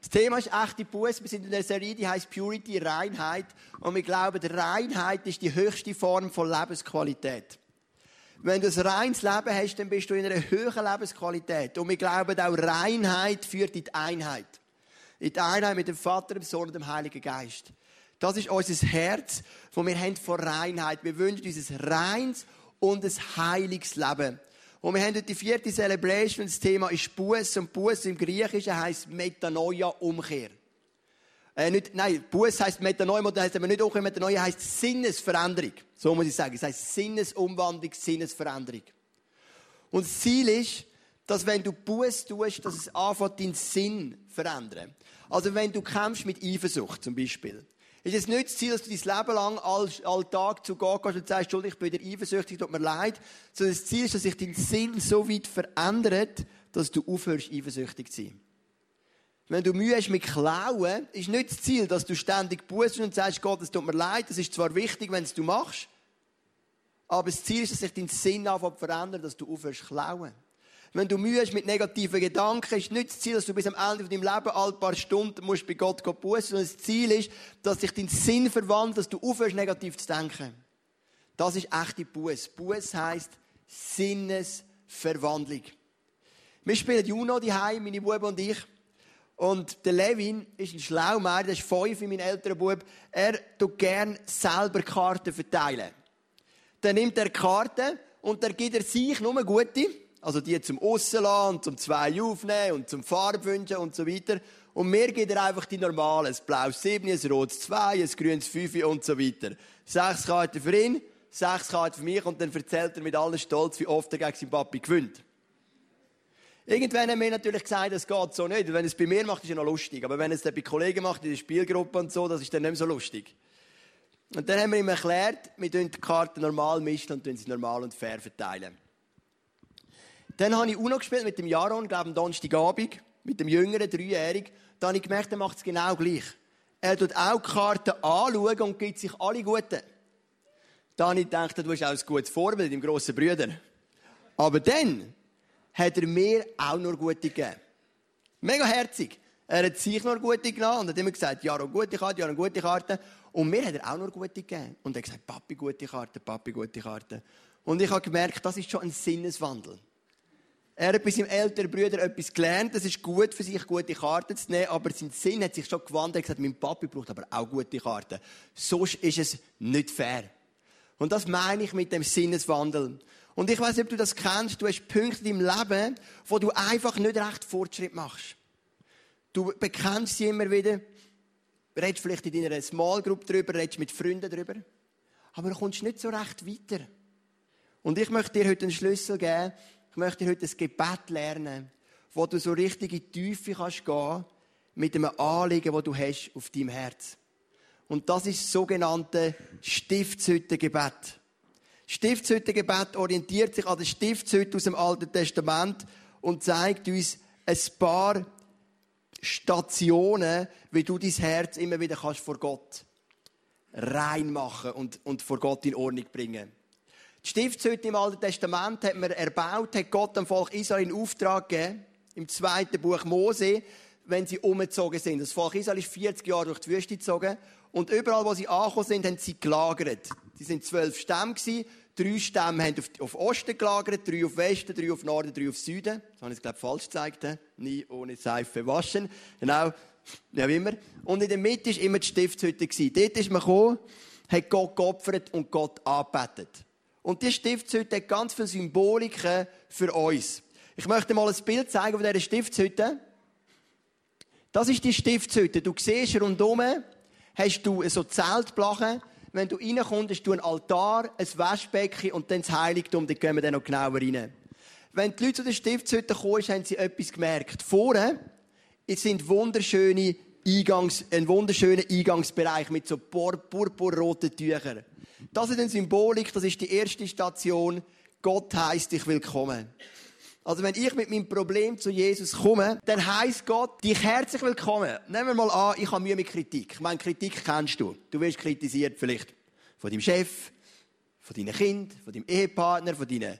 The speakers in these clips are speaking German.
Das Thema ist echte Buße. Wir sind in einer Serie, die heisst Purity, Reinheit. Und wir glauben, Reinheit ist die höchste Form von Lebensqualität. Wenn du ein reines Leben hast, dann bist du in einer höheren Lebensqualität. Und wir glauben auch, Reinheit führt in die Einheit. In die Einheit mit dem Vater, dem Sohn und dem Heiligen Geist. Das ist unser Herz, das wir haben vor Reinheit. Wir wünschen uns ein reines und ein heiliges Leben. Und wir haben heute die 4. Celebration. Das Thema ist Buße. Und Buße im Griechischen heisst Metanoia, Umkehr. Buße heisst Metanoia, das heisst aber nicht Umkehr. Metanoia heisst Sinnesveränderung. So muss ich sagen. Es heisst Sinnesumwandlung, Sinnesveränderung. Und das Ziel ist, dass wenn du Buße tust, dass es anfängt, deinen Sinn zu verändern. Also wenn du kämpfst mit Eifersucht zum Beispiel, ist es nicht das Ziel, dass du dein Leben lang Alltag zu Gott gehst und sagst, Entschuldigung, ich bin dir eifersüchtig, tut mir leid. Sondern das Ziel ist, dass sich dein Sinn so weit verändert, dass du aufhörst, eifersüchtig zu sein. Wenn du Mühe hast mit Klauen, ist nicht das Ziel, dass du ständig bußst und sagst, Gott, es tut mir leid. Das ist zwar wichtig, wenn es du machst, aber das Ziel ist, dass sich dein Sinn anfängt zu verändern, dass du aufhörst zu klauen. Wenn du Mühe hast mit negativen Gedanken, ist nicht das Ziel, dass du bis am Ende von deinem Leben ein paar Stunden musst bei Gott bussen, sondern das Ziel ist, dass sich dein Sinn verwandelt, dass du aufhörst, negativ zu denken. Das ist echte Buße. Buße heisst Sinnesverwandlung. Wir spielen Juno daheim, meine Buben und ich. Und der Levin ist ein Schlaumeyer, der ist 5, mein älterer Bub. Er tut gerne selber Karten verteilen. Dann nimmt er Karten und dann gibt er sich nur gute. Also die zum Aussenlassen, zum 2 aufnehmen und zum Farbwünschen und so weiter. Und mir gibt er einfach die normalen. Ein blaues 7, ein rotes 2, ein grünes 5 und so weiter. 6 Karten für ihn, 6 Karten für mich und dann erzählt er mit allem Stolz, wie oft er gegen seinen Papi gewinnt. Irgendwann haben wir natürlich gesagt, das geht so nicht. Und wenn er es bei mir macht, ist es noch lustig. Aber wenn er es dann bei Kollegen macht, in der Spielgruppe und so, das ist dann nicht mehr so lustig. Und dann haben wir ihm erklärt, wir tun die Karten normal mischen und sie normal und fair verteilen. Dann habe ich Uno gespielt mit dem Jaron, glaube ich, am Donnerstagabend, mit dem Jüngeren, 3-Jährigen. Da habe ich gemerkt, er macht es genau gleich. Er tut auch die Karten anschauen und gibt sich alle Guten. Da habe ich gedacht, du bist auch ein gutes Vorbild, deinem grossen Bruder. Aber dann hat er mir auch nur Gute gegeben. Mega herzig. Er hat sich nur Gute genommen und hat immer gesagt, Jaron, gute Karte, Jaron, gute Karte. Und mir hat er auch nur Gute gegeben. Und er hat gesagt, Papi, gute Karte, Papi, gute Karte. Und ich habe gemerkt, das ist schon ein Sinneswandel. Er hat bei seinem älteren Bruder etwas gelernt. Es ist gut für sich, gute Karten zu nehmen. Aber sein Sinn hat sich schon gewandelt. Er hat gesagt, mein Papi braucht aber auch gute Karten. Sonst ist es nicht fair. Und das meine ich mit dem Sinneswandel. Und ich weiss nicht, ob du das kennst. Du hast Punkte in deinem Leben, wo du einfach nicht recht Fortschritt machst. Du bekennst sie immer wieder. Redest vielleicht in deiner Small Group drüber, redest mit Freunden drüber. Aber du kommst nicht so recht weiter. Und ich möchte dir heute einen Schlüssel geben. Ich möchte dir heute ein Gebet lernen, wo du so richtig in die Tiefe kannst gehen mit einem Anliegen, das du hast auf deinem Herz. Und das ist das sogenannte Stiftshüttengebet. Stiftshüttengebet orientiert sich an der Stiftshütte aus dem Alten Testament und zeigt uns ein paar Stationen, wie du dein Herz immer wieder kannst vor Gott reinmachen und vor Gott in Ordnung bringen. Die Stiftshütte im Alten Testament hat man erbaut, hat Gott dem Volk Israel in Auftrag gegeben, im 2. Buch Mose, wenn sie umgezogen sind. Das Volk Israel ist 40 Jahre durch die Wüste gezogen und überall, wo sie angekommen sind, haben sie gelagert. Sie sind 12 Stämme gewesen. 3 Stämme haben auf Osten gelagert, 3 auf Westen, 3 auf Norden, 3 auf Süden. Das habe ich, glaube ich, falsch gezeigt. Nie ohne Seife waschen. Genau, ja wie immer. Und in der Mitte war immer die Stiftshütte. Dort ist man gekommen, hat Gott geopfert und Gott angebetet. Und die Stiftshütte hat ganz viele Symboliken für uns. Ich möchte mal ein Bild zeigen von dieser Stiftshütte. Das ist die Stiftshütte. Du siehst rundherum, hast du so Zeltblachen. Wenn du reinkommst, hast du einen Altar, ein Waschbecken und dann das Heiligtum. Da gehen wir dann noch genauer rein. Wenn die Leute zu der Stiftshütte kamen, haben sie etwas gemerkt. Vorne sind ein wunderschöner Eingangsbereich mit so purpurroten Tüchern. Das ist eine Symbolik, das ist die erste Station. Gott heisst dich willkommen. Also wenn ich mit meinem Problem zu Jesus komme, dann heisst Gott dich herzlich willkommen. Nehmen wir mal an, ich habe Mühe mit Kritik. Ich meine, Kritik kennst du. Du wirst kritisiert vielleicht von deinem Chef, von deinen Kindern, von deinem Ehepartner, von deinen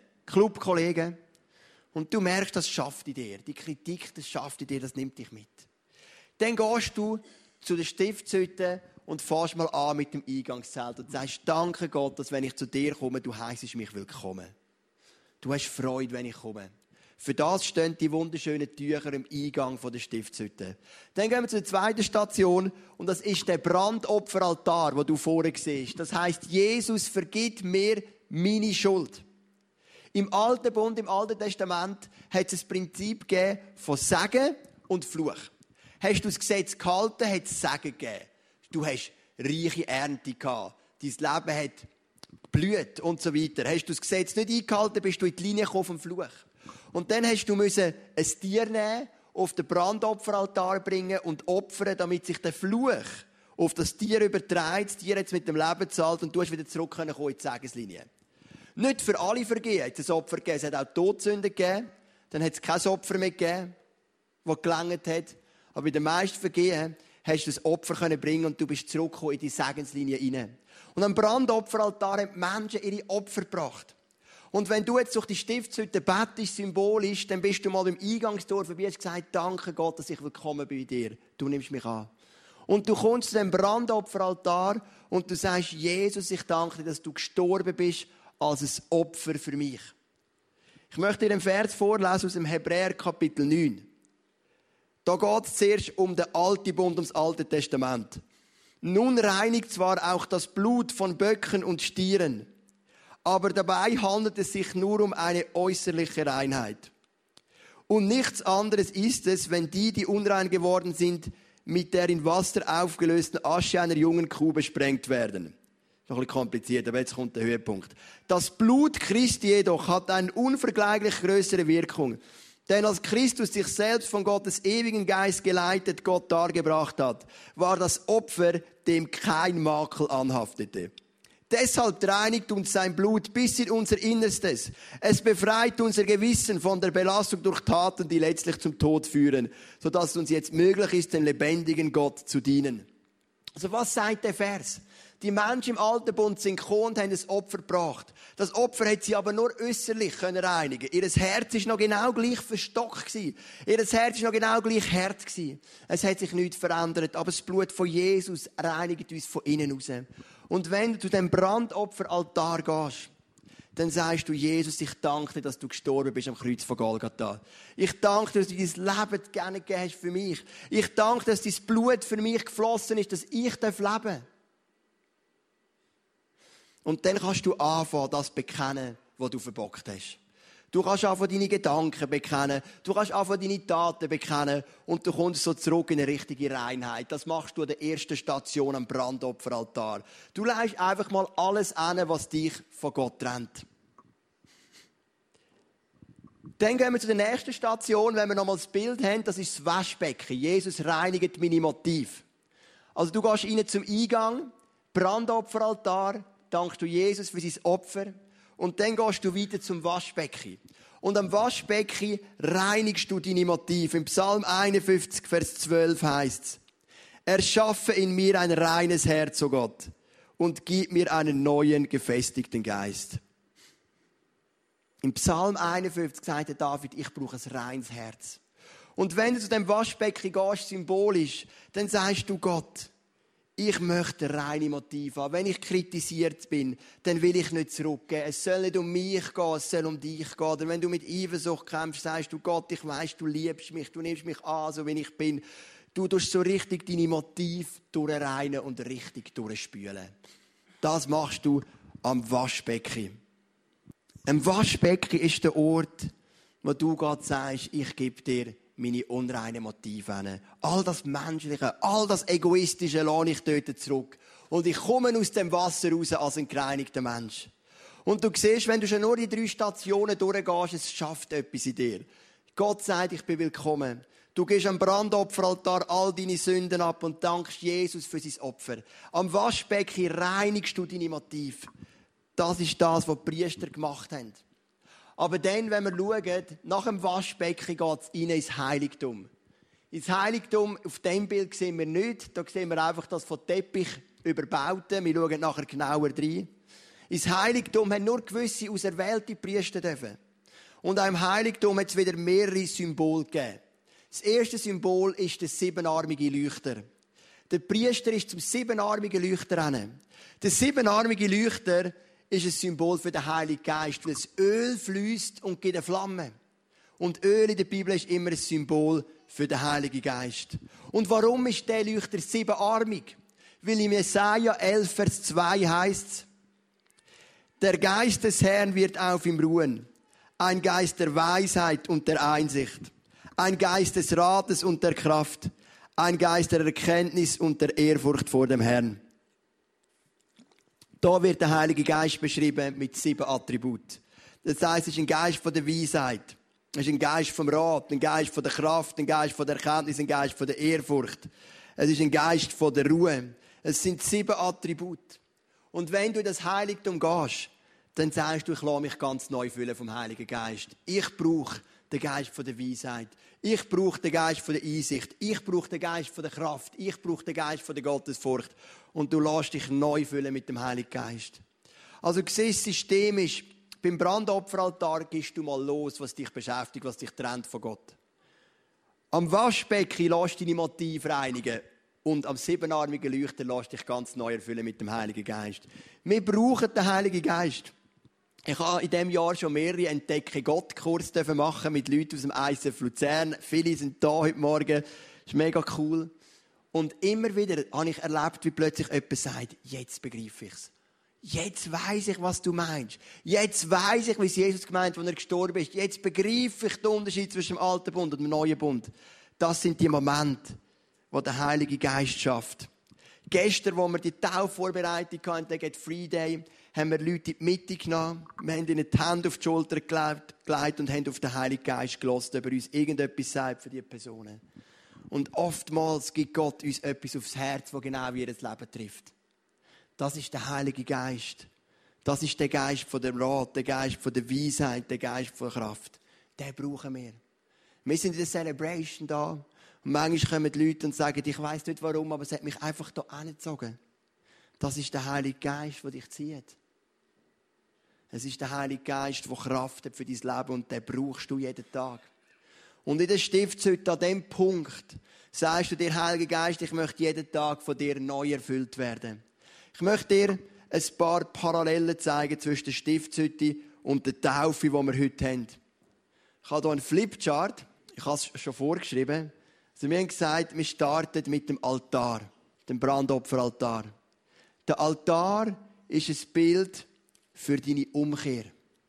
Clubkollegen. Und du merkst, das schafft in dir. Die Kritik, das schafft in dir, das nimmt dich mit. Dann gehst du zu der Stiftshütte und fährst mal an mit dem Eingangszelt und sagst, danke Gott, dass wenn ich zu dir komme, du heissest mich willkommen. Du hast Freude, wenn ich komme. Für das stehen die wunderschönen Tücher im Eingang der Stiftshütte. Dann gehen wir zur zweiten Station und das ist der Brandopferaltar, den du vorher siehst. Das heisst, Jesus vergibt mir meine Schuld. Im Alten Bund, im Alten Testament, hat es ein Prinzip gegeben von Segen und Fluch. Hast du das Gesetz gehalten, hat es Segen gegeben. Du hast reiche Ernte gehabt. Dein Leben hat blüht und so weiter. Hast du das Gesetz nicht eingehalten, bist du in die Linie gekommen vom Fluch. Und dann hast du ein Tier nehmen, auf den Brandopferaltar bringen und opfern, damit sich der Fluch auf das Tier überträgt. Das Tier hat es mit dem Leben gezahlt und du hast wieder zurück in die Segenslinie. Nicht für alle Vergehen hat es ein Opfer gegeben. Es hat auch Todsünden gegeben. Dann hat es kein Opfer mehr gegeben, das gelangt hat. Aber bei den meisten Vergehen hast du das Opfer bringen und du bist zurückgekommen in die Segenslinie hinein. Und am Brandopferaltar haben die Menschen ihre Opfer gebracht. Und wenn du jetzt durch die Stiftshütte bettest, symbolisch, dann bist du mal im Eingangstor vorbei und hast gesagt, danke Gott, dass ich willkommen bin bei dir. Du nimmst mich an. Und du kommst zu dem Brandopferaltar und du sagst, Jesus, ich danke dir, dass du gestorben bist als ein Opfer für mich. Ich möchte dir einen Vers vorlesen aus dem Hebräer Kapitel 9. Da geht es zuerst um den alten Bund, um das Alte Testament. Nun reinigt zwar auch das Blut von Böcken und Stieren, aber dabei handelt es sich nur um eine äußerliche Reinheit. Und nichts anderes ist es, wenn die unrein geworden sind, mit der in Wasser aufgelösten Asche einer jungen Kuh besprengt werden. Noch ein bisschen kompliziert, aber jetzt kommt der Höhepunkt. Das Blut Christi jedoch hat eine unvergleichlich größere Wirkung. Denn als Christus sich selbst von Gottes ewigen Geist geleitet Gott dargebracht hat, war das Opfer, dem kein Makel anhaftete. Deshalb reinigt uns sein Blut bis in unser Innerstes. Es befreit unser Gewissen von der Belastung durch Taten, die letztlich zum Tod führen, sodass es uns jetzt möglich ist, dem lebendigen Gott zu dienen. Also was sagt der Vers? Die Menschen im Alten Bund sind gekommen und haben ein Opfer gebracht. Das Opfer hat sie aber nur äußerlich reinigen. Ihr Herz war noch genau gleich verstockt. Ihr Herz war noch genau gleich hart. Es hat sich nichts verändert. Aber das Blut von Jesus reinigt uns von innen raus. Und wenn du zu dem Brandopferaltar gehst, dann sagst du, Jesus, ich danke dir, dass du gestorben bist am Kreuz von Golgatha. Ich danke dir, dass du dein Leben gerne gegeben hast für mich. Ich danke dir, dass dein Blut für mich geflossen ist, dass ich leben darf. Und dann kannst du anfangen, das bekennen, was du verbockt hast. Du kannst anfangen, deine Gedanken bekennen. Du kannst anfangen, deine Taten bekennen. Und du kommst so zurück in eine richtige Reinheit. Das machst du an der ersten Station am Brandopferaltar. Du legst einfach mal alles an, was dich von Gott trennt. Dann gehen wir zu der nächsten Station, wenn wir nochmal das Bild haben. Das ist das Waschbecken. Jesus reinigt meine Motive. Also du gehst rein zum Eingang, Brandopferaltar, dankst du Jesus für sein Opfer und dann gehst du weiter zum Waschbecken. Und am Waschbecken reinigst du deine Motive. Im Psalm 51, Vers 12 heisst es, erschaffe in mir ein reines Herz, o Gott, und gib mir einen neuen, gefestigten Geist. Im Psalm 51 sagt David, ich brauche ein reines Herz. Und wenn du zu dem Waschbecken gehst, symbolisch, dann sagst du Gott, ich möchte reine Motive haben. Wenn ich kritisiert bin, dann will ich nicht zurückgeben. Es soll nicht um mich gehen, es soll um dich gehen. Oder wenn du mit Eifersucht kämpfst, sagst du, Gott, ich weiss, du liebst mich, du nimmst mich an, so wie ich bin. Du tust so richtig deine Motive durchreinen und richtig durchspülen. Das machst du am Waschbecken. Ein Waschbecken ist der Ort, wo du Gott sagst, ich gebe dir meine unreinen Motive hin. All das Menschliche, all das Egoistische lasse ich dort zurück. Und ich komme aus dem Wasser raus als ein gereinigter Mensch. Und du siehst, wenn du schon nur die 3 Stationen durchgehst, es schafft etwas in dir. Gott sagt, ich bin willkommen. Du gehst am Brandopferaltar all deine Sünden ab und dankst Jesus für sein Opfer. Am Waschbecken reinigst du deine Motive. Das ist das, was die Priester gemacht haben. Aber dann, wenn wir schauen, nach dem Waschbecken geht es rein ins Heiligtum. Ins Heiligtum, auf dem Bild sehen wir nicht. Da sehen wir einfach das von Teppich überbaute. Wir schauen nachher genauer rein. Ins Heiligtum haben nur gewisse auserwählte Priester dürfen. Und auch im Heiligtum hat es wieder mehrere Symbole gegeben. Das erste Symbol ist der siebenarmige Leuchter. Der Priester ist zum siebenarmigen Leuchter hin. Der siebenarmige Leuchter ist ein Symbol für den Heiligen Geist, weil das Öl fließt und gibt eine Flamme. Und Öl in der Bibel ist immer ein Symbol für den Heiligen Geist. Und warum ist der Leuchter siebenarmig? Weil im Jesaja 11, Vers 2 heißt es, der Geist des Herrn wird auf ihm ruhen. Ein Geist der Weisheit und der Einsicht. Ein Geist des Rates und der Kraft. Ein Geist der Erkenntnis und der Ehrfurcht vor dem Herrn. Da wird der Heilige Geist beschrieben mit 7 Attributen. Das heisst, es ist ein Geist von der Weisheit. Es ist ein Geist vom Rat, ein Geist von der Kraft, ein Geist von der Erkenntnis, ein Geist von der Ehrfurcht. Es ist ein Geist von der Ruhe. Es sind 7 Attribute. Und wenn du in das Heiligtum gehst, dann sagst du, ich lasse mich ganz neu füllen vom Heiligen Geist. Ich brauche den Geist von der Weisheit. Ich brauche den Geist von der Einsicht. Ich brauche den Geist von der Kraft. Ich brauche den Geist von der Gottesfurcht. Und du lässt dich neu füllen mit dem Heiligen Geist. Also, das System ist, beim Brandopferaltar gehst du mal los, was dich beschäftigt, was dich trennt von Gott. Am Waschbecken lässt du deine Motive reinigen. Und am siebenarmigen Leuchter lässt dich ganz neu erfüllen mit dem Heiligen Geist. Wir brauchen den Heiligen Geist. Ich habe in diesem Jahr schon mehrere Entdecke-Gott-Kurse machen mit Leuten aus dem ICF Luzern. Viele sind da heute Morgen. Das ist mega cool. Und immer wieder habe ich erlebt, wie plötzlich jemand sagt, jetzt begreife ich es. Jetzt weiss ich, was du meinst. Jetzt weiss ich, wie es Jesus gemeint hat, als er gestorben ist. Jetzt begreife ich den Unterschied zwischen dem alten Bund und dem neuen Bund. Das sind die Momente, wo der Heilige Geist schafft. Gestern, als wir die Taufvorbereitung hatten, der Get Free Day, haben wir Leute in die Mitte genommen. Wir haben ihnen die Hände auf die Schulter gelegt und haben auf den Heiligen Geist gehört, ob er uns irgendetwas sagt für diese Personen. Und oftmals gibt Gott uns etwas aufs Herz, das genau ihr Leben trifft. Das ist der Heilige Geist. Das ist der Geist von dem Rat, der Geist von der Weisheit, der Geist von der Kraft. Den brauchen wir. Wir sind in der Celebration da. Und manchmal kommen die Leute und sagen, ich weiss nicht warum, aber es hat mich einfach hier hingezogen. Das ist der Heilige Geist, der dich zieht. Es ist der Heilige Geist, der Kraft hat für dein Leben und den brauchst du jeden Tag. Und in der Stiftshütte, an diesem Punkt, sagst du dir, Heiliger Geist, ich möchte jeden Tag von dir neu erfüllt werden. Ich möchte dir ein paar Parallelen zeigen zwischen der Stiftshütte und der Taufe, die wir heute haben. Ich habe hier einen Flipchart. Ich habe es schon vorgeschrieben. Also wir haben gesagt, wir starten mit dem Altar, dem Brandopferaltar. Der Altar ist ein Bild für deine Umkehr,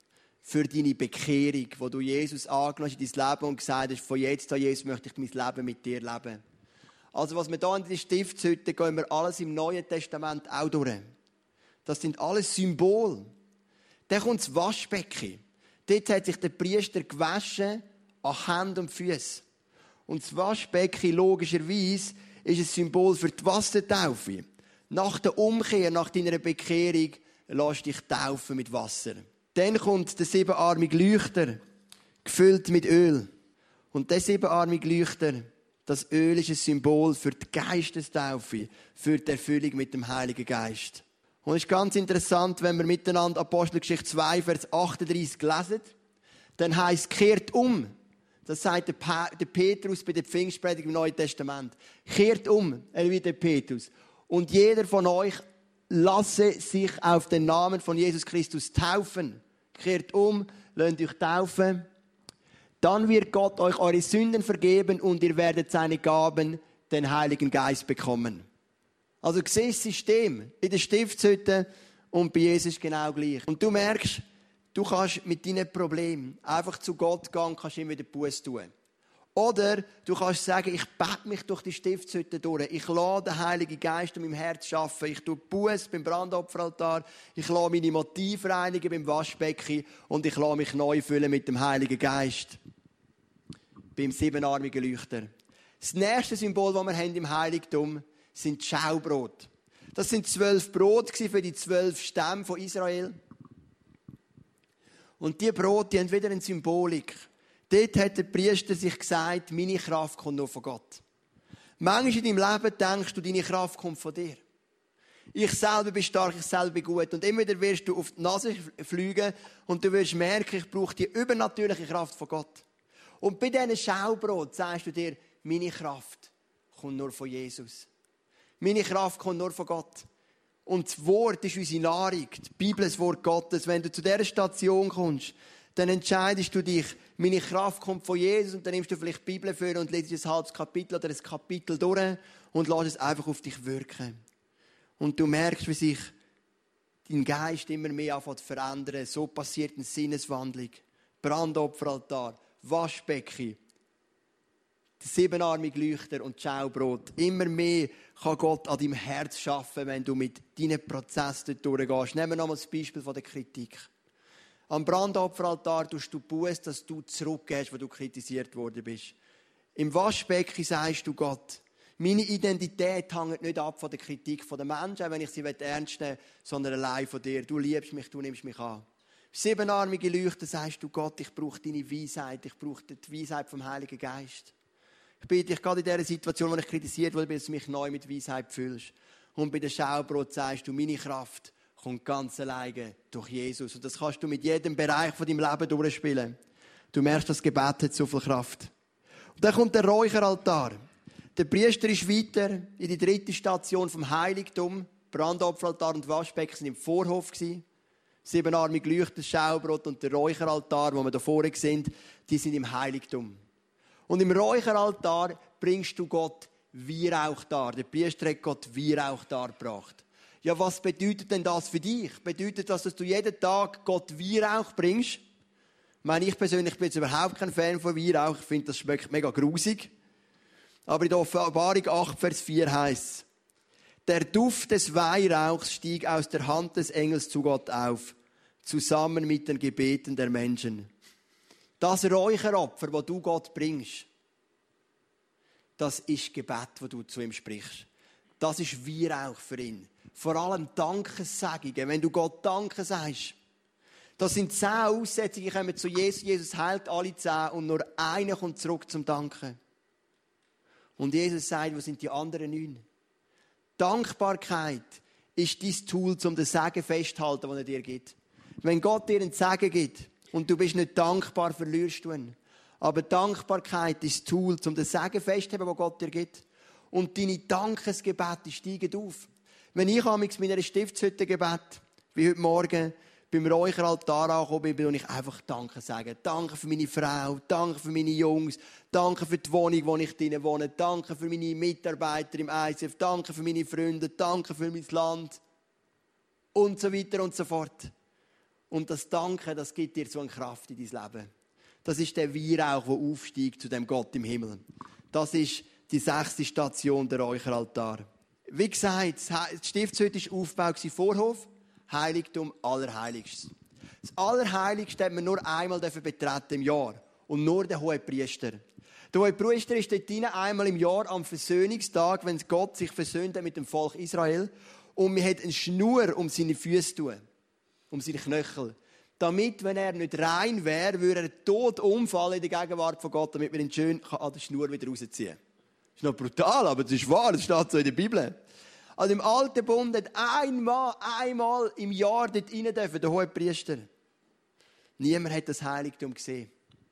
für deine Bekehrung, wo du Jesus angenommen hast in dein Leben und gesagt hast, von jetzt an, Jesus, möchte ich mein Leben mit dir leben. Also was wir hier in der Stiftshütte gehen wir alles im Neuen Testament auch durch. Das sind alles Symbole. Dann kommt das Waschbecken. Dort hat sich der Priester gewaschen an Händen und Füßen. Und das Waschbecken, logischerweise, ist ein Symbol für die Wassertaufe. Nach der Umkehr, nach deiner Bekehrung, lass dich taufen mit Wasser. Dann kommt der siebenarmige Leuchter, gefüllt mit Öl. Und der siebenarmige Leuchter, das Öl ist ein Symbol für die Geistestaufe, für die Erfüllung mit dem Heiligen Geist. Und es ist ganz interessant, wenn wir miteinander Apostelgeschichte 2, Vers 38 lesen, dann heisst, kehrt um. Das sagt der Petrus bei der Pfingstpredigt im Neuen Testament. Kehrt um, wie der Petrus. Und jeder von euch lasse sich auf den Namen von Jesus Christus taufen. Kehrt um, lasst euch taufen. Dann wird Gott euch eure Sünden vergeben und ihr werdet seine Gaben, den Heiligen Geist, bekommen. Also siehst das System in der Stiftshütte und bei Jesus genau gleich. Und du merkst, du kannst mit deinen Problemen einfach zu Gott gehen und kannst ihm wieder Buße tun. Oder du kannst sagen, ich bete mich durch die Stiftshütte durch. Ich lasse den Heiligen Geist in meinem Herz arbeiten. Ich tue Buße beim Brandopferaltar. Ich lasse meine Motive reinigen beim Waschbecken. Und ich lasse mich neu füllen mit dem Heiligen Geist. Beim siebenarmigen Leuchter. Das nächste Symbol, das wir haben im Heiligtum, sind die Schaubrot. Das sind 12 Brote für die 12 Stämme von Israel. Und diese Brote haben wieder eine Symbolik. Dort hat der Priester sich gesagt, meine Kraft kommt nur von Gott. Manchmal in deinem Leben denkst du, deine Kraft kommt von dir. Ich selber bin stark, ich selber bin gut. Und immer wieder wirst du auf die Nase fliegen und du wirst merken, ich brauche die übernatürliche Kraft von Gott. Und bei diesen Schaubrot sagst du dir, meine Kraft kommt nur von Jesus. Meine Kraft kommt nur von Gott. Und das Wort ist unsere Nahrung. Die Bibel ist das Wort Gottes. Wenn du zu dieser Station kommst, dann entscheidest du dich, meine Kraft kommt von Jesus, und dann nimmst du vielleicht die Bibel für und liest ein halbes Kapitel oder ein Kapitel durch und lässt es einfach auf dich wirken. Und du merkst, wie sich dein Geist immer mehr anfängt zu verändern. So passiert eine Sinneswandlung. Brandopferaltar, Waschbecken, der siebenarmige Leuchter und das Schaubrot. Immer mehr kann Gott an deinem Herz arbeiten, wenn du mit deinen Prozessen durchgehst. Nehmen wir nochmal das Beispiel von der Kritik. Am Brandopferaltar tust du Buße, dass du zurückgehst, wo du kritisiert worden bist. Im Waschbecken sagst du Gott, meine Identität hängt nicht ab von der Kritik der Menschen, wenn ich sie ernst nehmen will, sondern allein von dir. Du liebst mich, du nimmst mich an. Siebenarmige Leuchter sagst du Gott, ich brauche deine Weisheit, ich brauche die Weisheit vom Heiligen Geist. Ich bitte dich gerade in dieser Situation, wo ich kritisiert wurde, dass du mich neu mit Weisheit füllst. Und bei dem Schaubrot sagst du, meine Kraft kommt ganz alleine durch Jesus. Und das kannst du mit jedem Bereich von deinem Leben durchspielen. Du merkst, das Gebet hat so viel Kraft. Und dann kommt der Räucheraltar. Der Priester ist weiter in die dritte Station vom Heiligtum. Brandopferaltar und Waschbecken sind im Vorhof gewesen. Siebenarmig Leuchter, Schaubrot und der Räucheraltar, wo wir da vorne sind, die sind im Heiligtum. Und im Räucheraltar bringst du Gott Weihrauch dar. Der Priester hat Gott Weihrauch dargebracht. Ja, was bedeutet denn das für dich? Bedeutet das, dass du jeden Tag Gott Weihrauch bringst? Ich persönlich bin jetzt überhaupt kein Fan von Weihrauch. Ich finde, das schmeckt mega grusig. Aber in der Offenbarung 8, Vers 4 heisst es: Der Duft des Weihrauchs stieg aus der Hand des Engels zu Gott auf, zusammen mit den Gebeten der Menschen. Das Räucheropfer, das du Gott bringst, das ist Gebet, das du zu ihm sprichst. Das ist Weihrauch für ihn. Vor allem Dankessagungen, wenn du Gott Danke sagst. Das sind 10 Aussetzungen, die kommen zu Jesus. Jesus heilt alle 10 und nur einer kommt zurück zum Danken. Und Jesus sagt, wo sind die anderen 9? Dankbarkeit ist dein Tool, um den Segen festzuhalten, den er dir gibt. Wenn Gott dir einen Segen gibt und du bist nicht dankbar, verlierst du ihn. Aber Dankbarkeit ist das Tool, um den Segen festzuhalten, den Gott dir gibt. Und deine Dankesgebete steigen auf. Wenn ich mit meiner Stiftshütte gebet, wie heute Morgen, beim Räucheraltar angekommen bin, ich einfach Danke sagen. Danke für meine Frau, danke für meine Jungs, danke für die Wohnung, wo ich drin wohne, danke für meine Mitarbeiter im ICF, danke für meine Freunde, danke für mein Land und so weiter und so fort. Und das Danke, das gibt dir so eine Kraft in dein Leben. Das ist der Weihrauch, der aufsteigt zu dem Gott im Himmel. Das ist die 6. Station, der Räucheraltar. Wie gesagt, die Stiftshütte war Aufbau Vorhof, Heiligtum, Allerheiligstes. Das Allerheiligste hat man nur einmal betreten im Jahr. Und nur der Hohepriester. Der Hohepriester ist dort rein, einmal im Jahr am Versöhnungstag, wenn Gott sich versöhnt hat mit dem Volk Israel. Und man hat eine Schnur um seine Füße tun. Um seine Knöchel. Damit, wenn er nicht rein wäre, würde er tot umfallen in der Gegenwart von Gott, damit man ihn schön an der Schnur wieder rausziehen kann. Das ist noch brutal, aber das ist wahr, das steht so in der Bibel. Also im Alten Bund hat einmal im Jahr dort rein dürfen, der Hohepriester. Niemand hat das Heiligtum gesehen.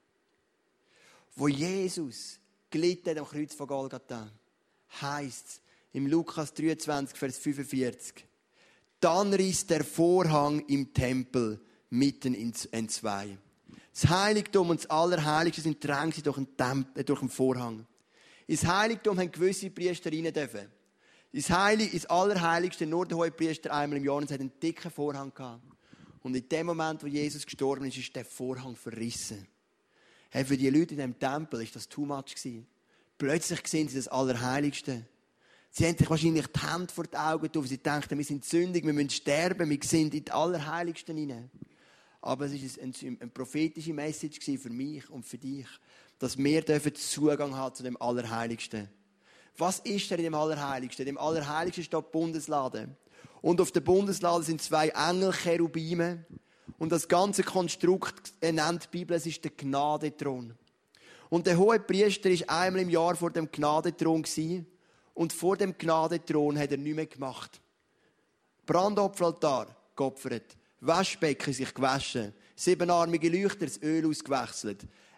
Wo Jesus gelitten hat am Kreuz von Golgatha, heisst es im Lukas 23, Vers 45, dann riss der Vorhang im Tempel mitten in zwei. Das Heiligtum und das Allerheiligste sind drängt durch einen Vorhang. Ins Heiligtum haben gewisse Priester rein dürfen. Ins Allerheiligste nur der Hohepriester einmal im Jahr, und es hat einen dicken Vorhang gehabt. Und in dem Moment, wo Jesus gestorben ist, ist der Vorhang verrissen. Hey, für die Leute in diesem Tempel war das too much gewesen. Plötzlich sehen sie das Allerheiligste. Sie haben sich wahrscheinlich die Hände vor die Augen getan, sie dachten, wir sind sündig, wir müssen sterben, wir sind in das Allerheiligste hinein. Aber es war eine prophetische Message für mich und für dich, dass wir Zugang haben zu dem Allerheiligsten. Was ist denn in dem Allerheiligsten? In dem Allerheiligsten steht die Bundeslade. Und auf der Bundeslade sind 2 Engel-Cherubime. Und das ganze Konstrukt nennt die Bibel, es ist der Gnadethron. Und der Hohepriester war einmal im Jahr vor dem Gnadethron gewesen. Und vor dem Gnadethron hat er nichts mehr gemacht. Brandopferaltar geopfert. Waschbecken sich gewaschen. 7-armige Leuchter, das Öl ausgewechselt.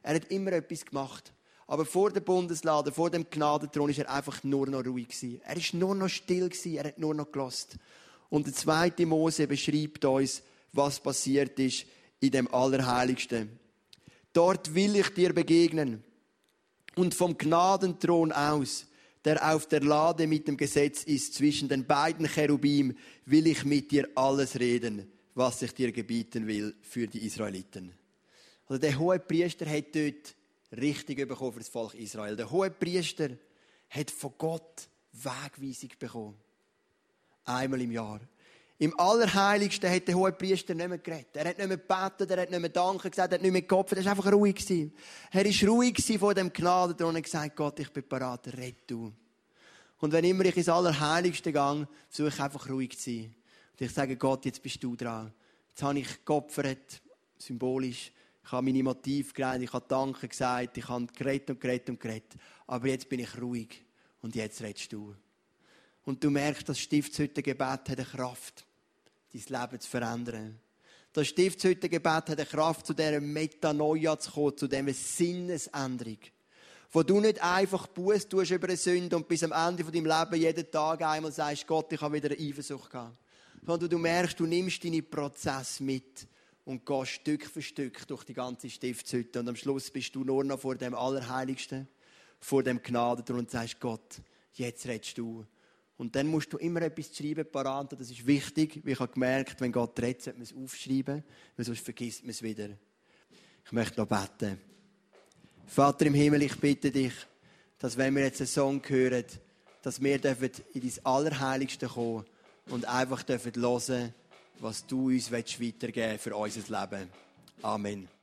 Er hat immer etwas gemacht. Aber vor der Bundeslade, vor dem Gnadenthron, ist er einfach nur noch ruhig gewesen. Er ist nur noch still gewesen, er hat nur noch gelassen. Und der 2. Mose beschreibt uns, was passiert ist in dem Allerheiligsten. Dort will ich dir begegnen. Und vom Gnadenthron aus, der auf der Lade mit dem Gesetz ist, zwischen den beiden Cherubim, will ich mit dir alles reden, was ich dir gebieten will für die Israeliten. Also der Hohepriester hat dort richtig bekommen für das Volk Israel. Der Hohepriester hat von Gott Wegweisung bekommen. Einmal im Jahr. Im Allerheiligsten hat der Hohepriester nicht mehr geredet. Er hat nicht mehr gebetet, er hat nicht mehr Danke gesagt, er hat nicht mehr geopfert. Er war einfach ruhig gewesen. Er war ruhig vor dem Gnadenthron und hat gesagt, Gott, ich bin bereit, red du. Und wenn immer ich ins Allerheiligste gehe, versuche ich einfach ruhig zu sein. Und ich sage, Gott, jetzt bist du dran. Jetzt habe ich geopfert, symbolisch. Ich habe meine Motive geredet, ich habe Danke gesagt, ich habe geredet. Aber jetzt bin ich ruhig. Und jetzt redest du. Und du merkst, das Stiftshüttengebet hat eine Kraft, dein Leben zu verändern. Das Stiftshüttengebet hat eine Kraft, zu dieser Metanoia zu kommen, zu dieser Sinnesänderung. Wo du nicht einfach Buße tust über eine Sünde und bis am Ende von deinem Leben jeden Tag einmal sagst, Gott, ich habe wieder eine Eifersucht gehabt. Sondern du merkst, du nimmst deinen Prozess mit und gehst Stück für Stück durch die ganze Stiftshütte. Und am Schluss bist du nur noch vor dem Allerheiligsten, vor dem Gnadenthron und sagst, Gott, jetzt redest du. Und dann musst du immer etwas schreiben, parat. Das ist wichtig, weil ich habe gemerkt, wenn Gott redet, sollte man es aufschreiben, weil sonst vergisst man es wieder. Ich möchte noch beten. Vater im Himmel, ich bitte dich, dass wenn wir jetzt einen Song hören, dass wir in dein Allerheiligste kommen und einfach hören dürfen, was du uns weitergeben willst für unser Leben. Amen.